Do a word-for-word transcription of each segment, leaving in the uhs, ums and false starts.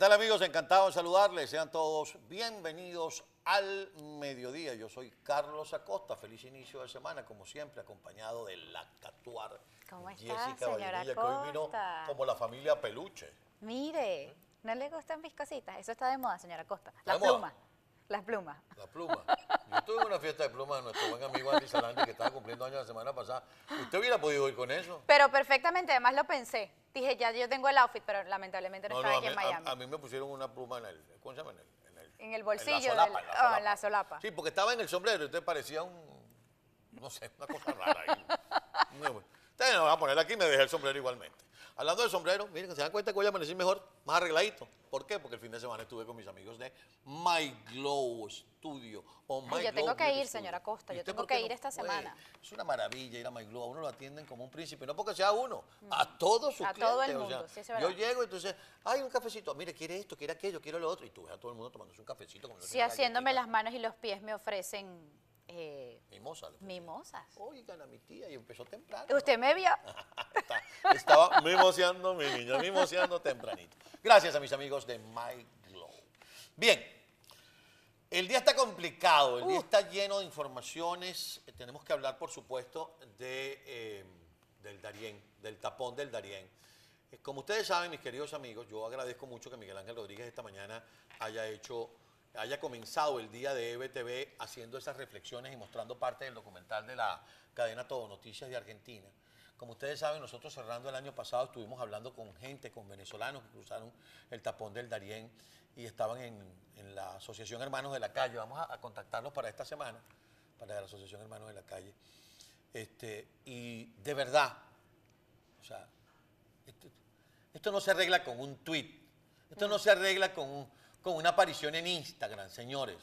tal, amigos? Encantado de saludarles. Sean todos bienvenidos al mediodía. Yo soy Carlos Acosta. Feliz inicio de semana, como siempre, acompañado de la Catuar. ¿Cómo está, Jessica señora Vallenilla, que hoy vino Costa? como la familia Peluche. Mire, ¿no le gustan mis cositas? Eso está de moda, señora Costa. ¿Está Las de moda? plumas. Las plumas. La pluma. Yo estuve en una fiesta de plumas de nuestro buen amigo Andy Salandi, que estaba cumpliendo años la semana pasada. ¿Usted hubiera podido ir con eso? Pero perfectamente, además lo pensé. Dije, ya yo tengo el outfit, pero lamentablemente no, No, estaba no, a aquí mí, en Miami. a- a mí me pusieron una pluma en el, ¿cómo se llama? En el, en el, En el bolsillo, en la solapa, del- en la oh, solapa. en la solapa. Sí, porque estaba en el sombrero y usted parecía un, no sé, una cosa rara ahí. Muy bueno. Ustedes me van a poner aquí y me dejé el sombrero igualmente. Hablando del sombrero, miren, que se dan cuenta que voy a amanecer mejor, más arregladito. ¿Por qué? Porque el fin de semana estuve con mis amigos de My Glow Studio o My Ay, yo Glow tengo que Beauty ir, Studio. señora Costa, ¿Y yo usted tengo por qué que ir no esta fue? semana. Es una maravilla ir a My Glow, a uno lo atienden como un príncipe, no porque sea uno, a todos sus A clientes. todo el o mundo, sea, sí, es yo verdad. llego y entonces, ay, un cafecito, mire, quiere esto, quiere aquello, quiero lo otro, y tú ves a todo el mundo tomándose un cafecito. Como Sí, haciéndome las manos y los pies me ofrecen eh, Mimosa. le ofrecen. mimosas. Oigan a mi tía, y empezó temprano. ¿Usted me vio? Está- Estaba mimoseando mi niño, mimoseando tempranito. Gracias a mis amigos de My Glow. Bien, el día está complicado, el día está lleno de informaciones. Eh, Tenemos que hablar, por supuesto, de, eh, del Darién, del tapón del Darién. Eh, Como ustedes saben, mis queridos amigos, yo agradezco mucho que Miguel Ángel Rodríguez esta mañana haya hecho, haya comenzado el día de E B T V haciendo esas reflexiones y mostrando parte del documental de la cadena Todo Noticias de Argentina. Como ustedes saben, nosotros cerrando el año pasado estuvimos hablando con gente, con venezolanos que cruzaron el tapón del Darién y estaban en, en la Asociación Hermanos de la Calle. Vamos a, a contactarlos para esta semana, para la Asociación Hermanos de la Calle. Este, y de verdad, o sea, esto, esto no se arregla con un tuit, esto no se arregla con, un- con una aparición en Instagram, señores.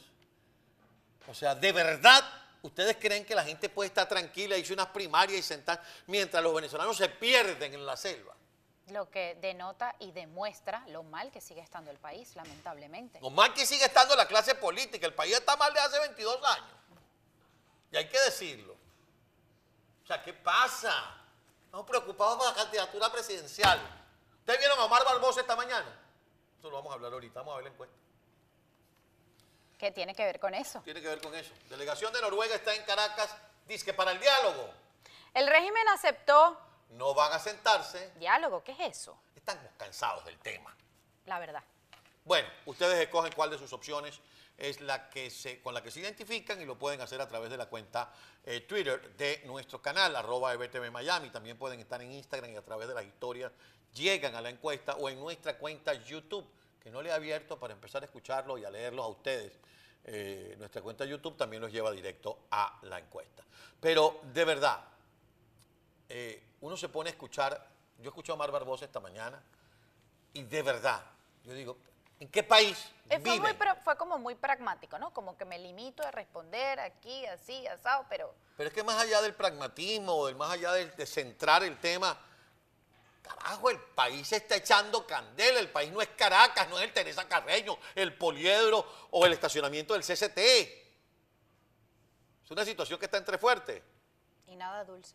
O sea, de verdad, ¿ustedes creen que la gente puede estar tranquila, irse a unas primarias y sentar mientras los venezolanos se pierden en la selva? Lo que denota y demuestra lo mal que sigue estando el país, lamentablemente. No más que sigue estando la clase política, el país está mal de hace veintidós años. Y hay que decirlo. O sea, ¿qué pasa? Estamos preocupados por la candidatura presidencial. ¿Ustedes vieron a Omar Barbosa esta mañana? Eso lo vamos a hablar ahorita, vamos a ver la encuesta. ¿Qué tiene que ver con eso? Tiene que ver con eso. Delegación de Noruega está en Caracas, dice que para el diálogo. El régimen aceptó No van a sentarse, diálogo. ¿Qué es eso? estamos cansados del tema. La verdad. Bueno, ustedes escogen cuál de sus opciones es la que se, con la que se identifican y lo pueden hacer a través de la cuenta eh, Twitter de nuestro canal, arroba E B T V Miami. También pueden estar en Instagram y a través de las historias llegan a la encuesta o en nuestra cuenta YouTube, que no le he abierto para empezar a escucharlo y a leerlos a ustedes. Eh, nuestra cuenta YouTube también los lleva directo a la encuesta. Pero de verdad, eh, uno se pone a escuchar, yo escuché a Omar Barbosa esta mañana y de verdad, yo digo, ¿en qué país Eh, Fue, muy viven? pra- fue como muy pragmático, ¿no? Como que me limito a responder aquí, así, asado, pero Pero es que más allá del pragmatismo, o del más allá del- de centrar el tema, carajo, el país se está echando candela, el país no es Caracas, no es el Teresa Carreño, el Poliedro o el estacionamiento del C C T. Es una situación que está entre fuerte. y nada dulce.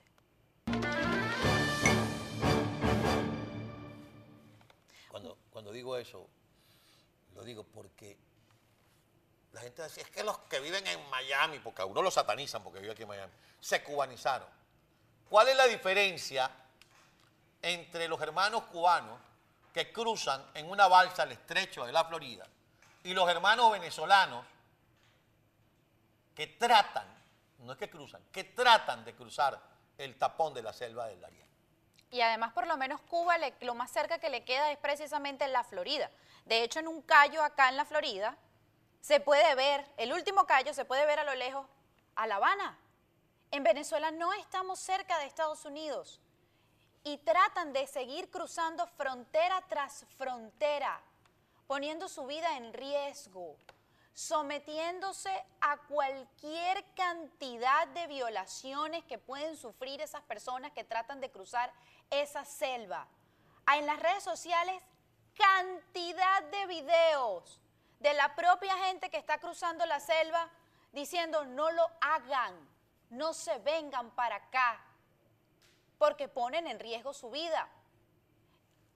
Cuando, cuando digo eso, lo digo porque la gente dice, es que los que viven en Miami, porque a uno lo satanizan porque vive aquí en Miami, se cubanizaron. ¿Cuál es la diferencia entre los hermanos cubanos que cruzan en una balsa al estrecho de la Florida y los hermanos venezolanos que tratan, no es que cruzan, que tratan de cruzar el tapón de la selva del Darién? Y además, por lo menos Cuba, le- lo más cerca que le queda es precisamente en la Florida. De hecho, en un callo acá en la Florida, se puede ver, el último callo se puede ver a lo lejos a La Habana. En Venezuela no estamos cerca de Estados Unidos y tratan de seguir cruzando frontera tras frontera, poniendo su vida en riesgo, sometiéndose a cualquier cantidad de violaciones que pueden sufrir esas personas que tratan de cruzar esa selva. Hay en las redes sociales cantidad de videos de la propia gente que está cruzando la selva diciendo no lo hagan, no se vengan para acá, porque ponen en riesgo su vida.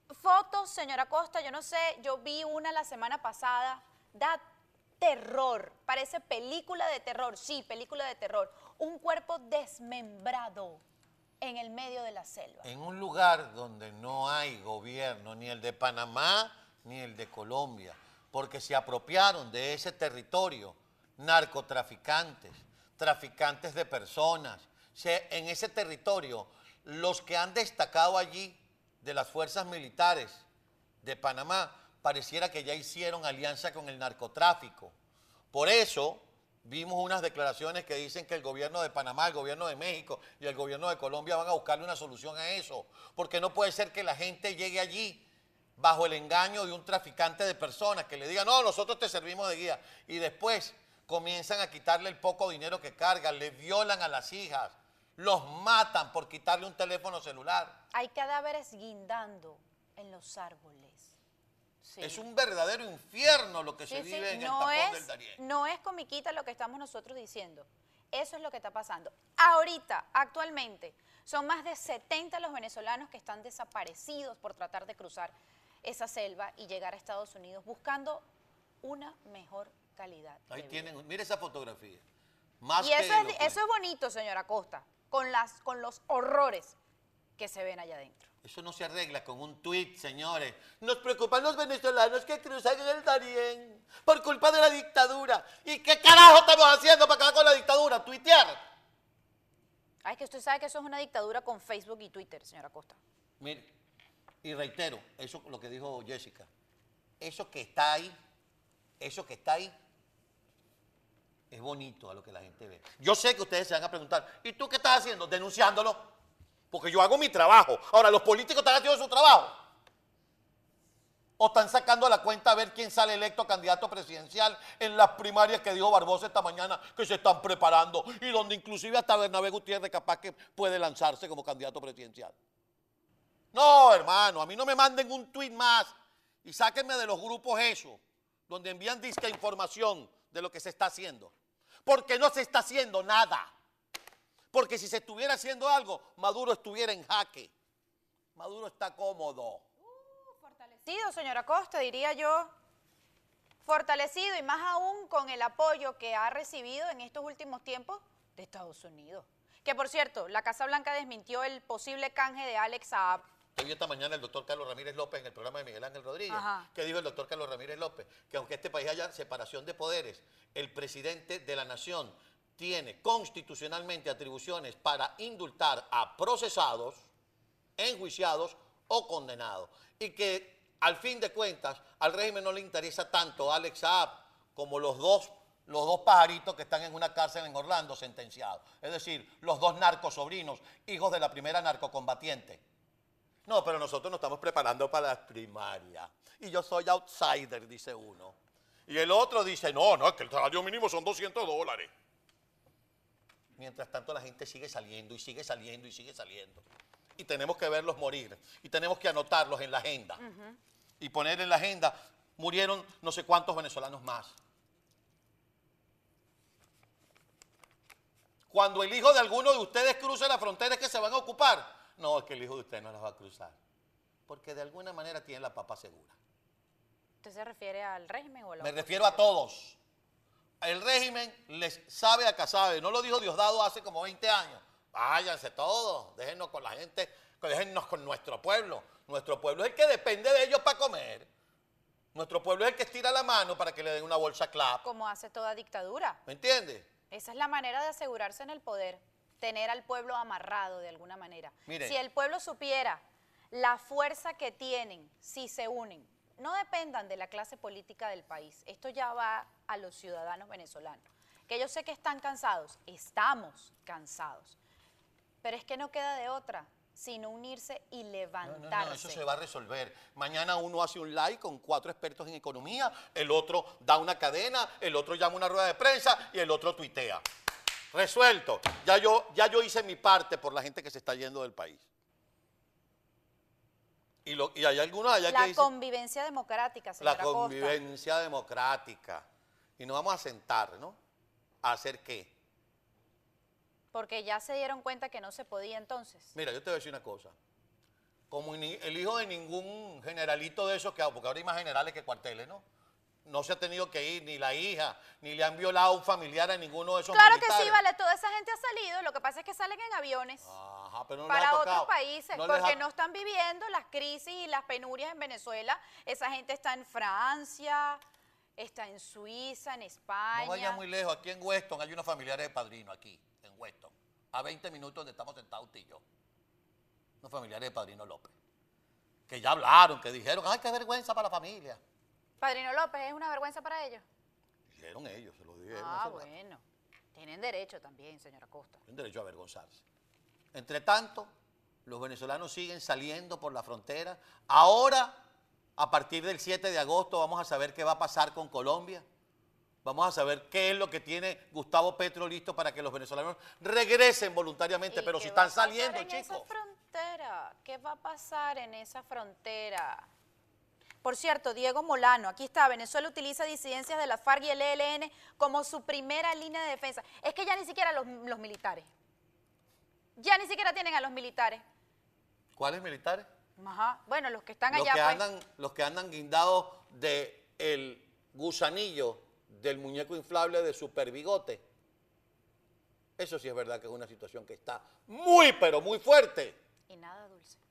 fotos, señora Costa, yo no sé, yo vi una la semana pasada, da terror, parece película de terror, sí, película de terror. Un cuerpo desmembrado en el medio de la selva. En un lugar donde no hay gobierno, ni el de Panamá, ni el de Colombia, porque se apropiaron de ese territorio narcotraficantes, traficantes de personas. Se, en ese territorio, los que han destacado allí de las fuerzas militares de Panamá, pareciera que ya hicieron alianza con el narcotráfico. Por eso vimos unas declaraciones que dicen que el gobierno de Panamá, el gobierno de México y el gobierno de Colombia van a buscarle una solución a eso. Porque no puede ser que la gente llegue allí bajo el engaño de un traficante de personas que le diga, no, nosotros te servimos de guía. Y después comienzan a quitarle el poco dinero que cargan, le violan a las hijas, los matan por quitarle un teléfono celular. Hay cadáveres guindando en los árboles. Sí. Es un verdadero infierno lo que Sí, se sí, vive en no el tapón es, del Darién. No es comiquita lo que estamos nosotros diciendo. Eso es lo que está pasando. Ahorita, actualmente, son más de setenta los venezolanos que están desaparecidos por tratar de cruzar esa selva y llegar a Estados Unidos buscando una mejor calidad de Ahí vida. tienen, mire esa fotografía. Más Y que eso es, elocuente. eso es bonito, señora Costa, con, las, con los horrores que se ven allá adentro. Eso no se arregla con un tuit, señores. Nos preocupan los venezolanos que cruzan el Darién por culpa de la dictadura. ¿Y qué carajo estamos haciendo para acabar con la dictadura? Tuitear. Ay, que usted sabe que eso es una dictadura con Facebook y Twitter, señora Costa. Mire, y reitero, eso lo que dijo Jessica. Eso que está ahí, eso que está ahí, es bonito a lo que la gente ve. Yo sé que ustedes se van a preguntar, ¿y tú qué estás haciendo? Denunciándolo. Porque yo hago mi trabajo. Ahora, ¿los políticos están haciendo su trabajo? ¿O están sacando a la cuenta a ver quién sale electo candidato presidencial en las primarias que dijo Barbosa esta mañana que se están preparando y donde inclusive hasta Bernabé Gutiérrez capaz que puede lanzarse como candidato presidencial? No, hermano, a mí no me manden un tuit más y sáquenme de los grupos eso, donde envían disque información de lo que se está haciendo. Porque no se está haciendo nada. Porque si se estuviera haciendo algo, Maduro estuviera en jaque. Maduro está cómodo. Uh, fortalecido, señora Costa, diría yo. Fortalecido y más aún con el apoyo que ha recibido en estos últimos tiempos de Estados Unidos. Que por cierto, la Casa Blanca desmintió el posible canje de Alex Saab. Yo vi esta mañana el doctor Carlos Ramírez López en el programa de Miguel Ángel Rodríguez. Ajá. Que dijo el doctor Carlos Ramírez López que aunque este país haya separación de poderes, el presidente de la nación tiene constitucionalmente atribuciones para indultar a procesados, enjuiciados o condenados. Y que al fin de cuentas al régimen no le interesa tanto Alex Saab como los dos, los dos pajaritos que están en una cárcel en Orlando sentenciados. Es decir, los dos narcosobrinos, hijos de la primera narcocombatiente. No, pero nosotros nos estamos preparando para las primarias. Y yo soy outsider, dice uno. Y el otro dice, no, no, es que el salario mínimo son doscientos dólares. Mientras tanto la gente sigue saliendo y sigue saliendo y sigue saliendo. Y tenemos que verlos morir. Y tenemos que anotarlos en la agenda. Uh-huh. Y poner en la agenda, murieron no sé cuántos venezolanos más. Cuando el hijo de alguno de ustedes cruce la frontera, ¿es que se van a ocupar? No, es que el hijo de ustedes no las va a cruzar. Porque de alguna manera tiene la papa segura. ¿Usted se refiere al régimen o a la Me oposición? refiero a todos. El régimen les sabe a casabe. No lo dijo Diosdado hace como veinte años. Váyanse todos, déjennos con la gente, déjennos con nuestro pueblo. Nuestro pueblo es el que depende de ellos para comer. Nuestro pueblo es el que estira la mano para que le den una bolsa clap. Como hace toda dictadura. ¿Me entiendes? Esa es la manera de asegurarse en el poder, tener al pueblo amarrado de alguna manera. Mire. Si el pueblo supiera la fuerza que tienen si se unen, no dependan de la clase política del país. Esto ya va a los ciudadanos venezolanos, que yo sé que están cansados, estamos cansados, pero es que no queda de otra sino unirse y levantarse. No, no, no, eso se va a resolver. Mañana uno hace un live con cuatro expertos en economía, el otro da una cadena, el otro llama una rueda de prensa y el otro tuitea. Resuelto. Ya yo, ya yo hice mi parte por la gente que se está yendo del país. Y, lo, y hay algunos allá la que dicen... convivencia democrática, señora La convivencia Costa. democrática. Y nos vamos a sentar, ¿no? ¿A hacer qué? Porque ya se dieron cuenta que no se podía entonces. Mira, yo te voy a decir una cosa. como ni- el hijo de ningún generalito de esos que, porque ahora hay más generales que cuarteles, ¿no? No se ha tenido que ir ni la hija, ni le han violado a un familiar a ninguno de esos Claro militares. que sí, vale, toda esa gente ha salido, lo que pasa es que salen en aviones. Ajá, pero no les Para ha otros tocado. países, No les porque ha- no están viviendo las crisis y las penurias en Venezuela. Esa gente está en Francia, está en Suiza, en España. No vaya muy lejos, aquí en Weston hay unos familiares de Padrino, aquí, en Weston, a veinte minutos donde estamos sentados usted y yo. Unos familiares de Padrino López, que ya hablaron, que dijeron, ay, qué vergüenza para la familia. Padrino López, ¿es una vergüenza para ellos? Dijeron ellos, se lo dijeron. Ah, hace rato. bueno. Tienen derecho también, señora Costa. Tienen derecho a avergonzarse. Entre tanto, los venezolanos siguen saliendo por la frontera. Ahora, a partir del siete de agosto, vamos a saber qué va a pasar con Colombia. Vamos a saber qué es lo que tiene Gustavo Petro listo para que los venezolanos regresen voluntariamente, ¿Y pero qué si va a están pasar saliendo, en chicos. esa frontera? ¿Qué va a pasar en esa frontera? Por cierto, Diego Molano, aquí está, Venezuela utiliza disidencias de la FARC y el E L N como su primera línea de defensa. Es que ya ni siquiera los, los militares, ya ni siquiera tienen a los militares. ¿Cuáles militares? Ajá. Bueno, los que están Los allá, que, pues. andan, los que andan guindados del gusanillo del muñeco inflable de Super Bigote. Eso sí es verdad que es una situación que está muy, pero muy fuerte. Y nada dulce.